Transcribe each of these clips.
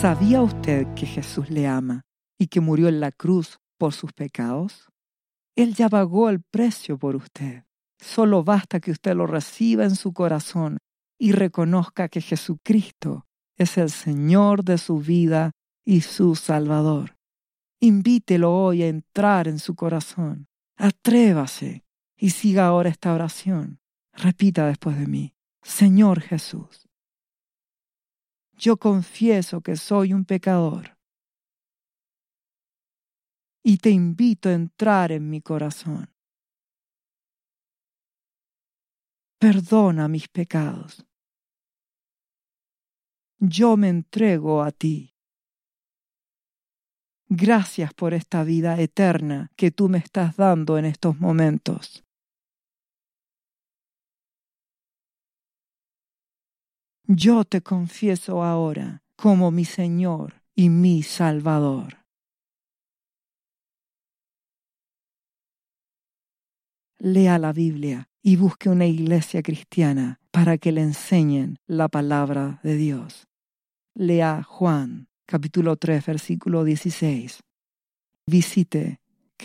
¿Sabía usted que Jesús le ama y que murió en la cruz por sus pecados? Él ya pagó el precio por usted. Solo basta que usted lo reciba en su corazón y reconozca que Jesucristo es el Señor de su vida y su Salvador. Invítelo hoy a entrar en su corazón. Atrévase y siga ahora esta oración. Repita después de mí: Señor Jesús, yo confieso que soy un pecador y te invito a entrar en mi corazón. Perdona mis pecados. Yo me entrego a ti. Gracias por esta vida eterna que tú me estás dando en estos momentos. Yo te confieso ahora como mi Señor y mi Salvador. Lea la Biblia y busque una iglesia cristiana para que le enseñen la palabra de Dios. Lea Juan, capítulo 3, versículo 16. Visite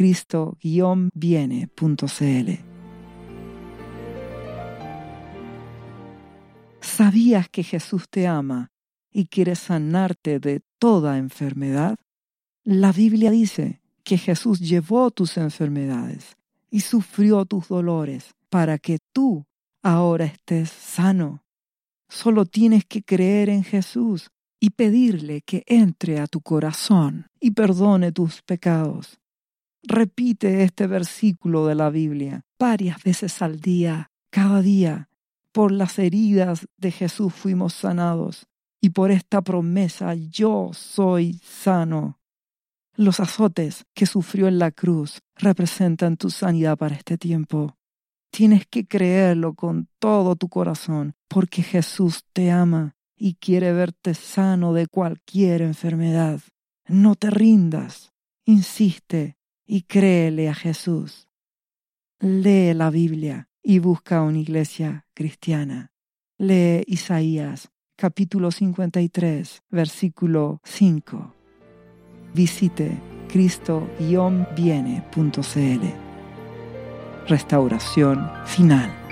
cristo-viene.cl. ¿Sabías que Jesús te ama y quiere sanarte de toda enfermedad? La Biblia dice que Jesús llevó tus enfermedades y sufrió tus dolores para que tú ahora estés sano. Solo tienes que creer en Jesús y pedirle que entre a tu corazón y perdone tus pecados. Repite este versículo de la Biblia varias veces al día, cada día. Por las heridas de Jesús fuimos sanados y por esta promesa yo soy sano. Los azotes que sufrió en la cruz representan tu sanidad para este tiempo. Tienes que creerlo con todo tu corazón, porque Jesús te ama y quiere verte sano de cualquier enfermedad. No te rindas, insiste y créele a Jesús. Lee la Biblia y busca una iglesia cristiana. Lee Isaías, capítulo 53, versículo 5. Visite cristo-viene.cl. Restauración final.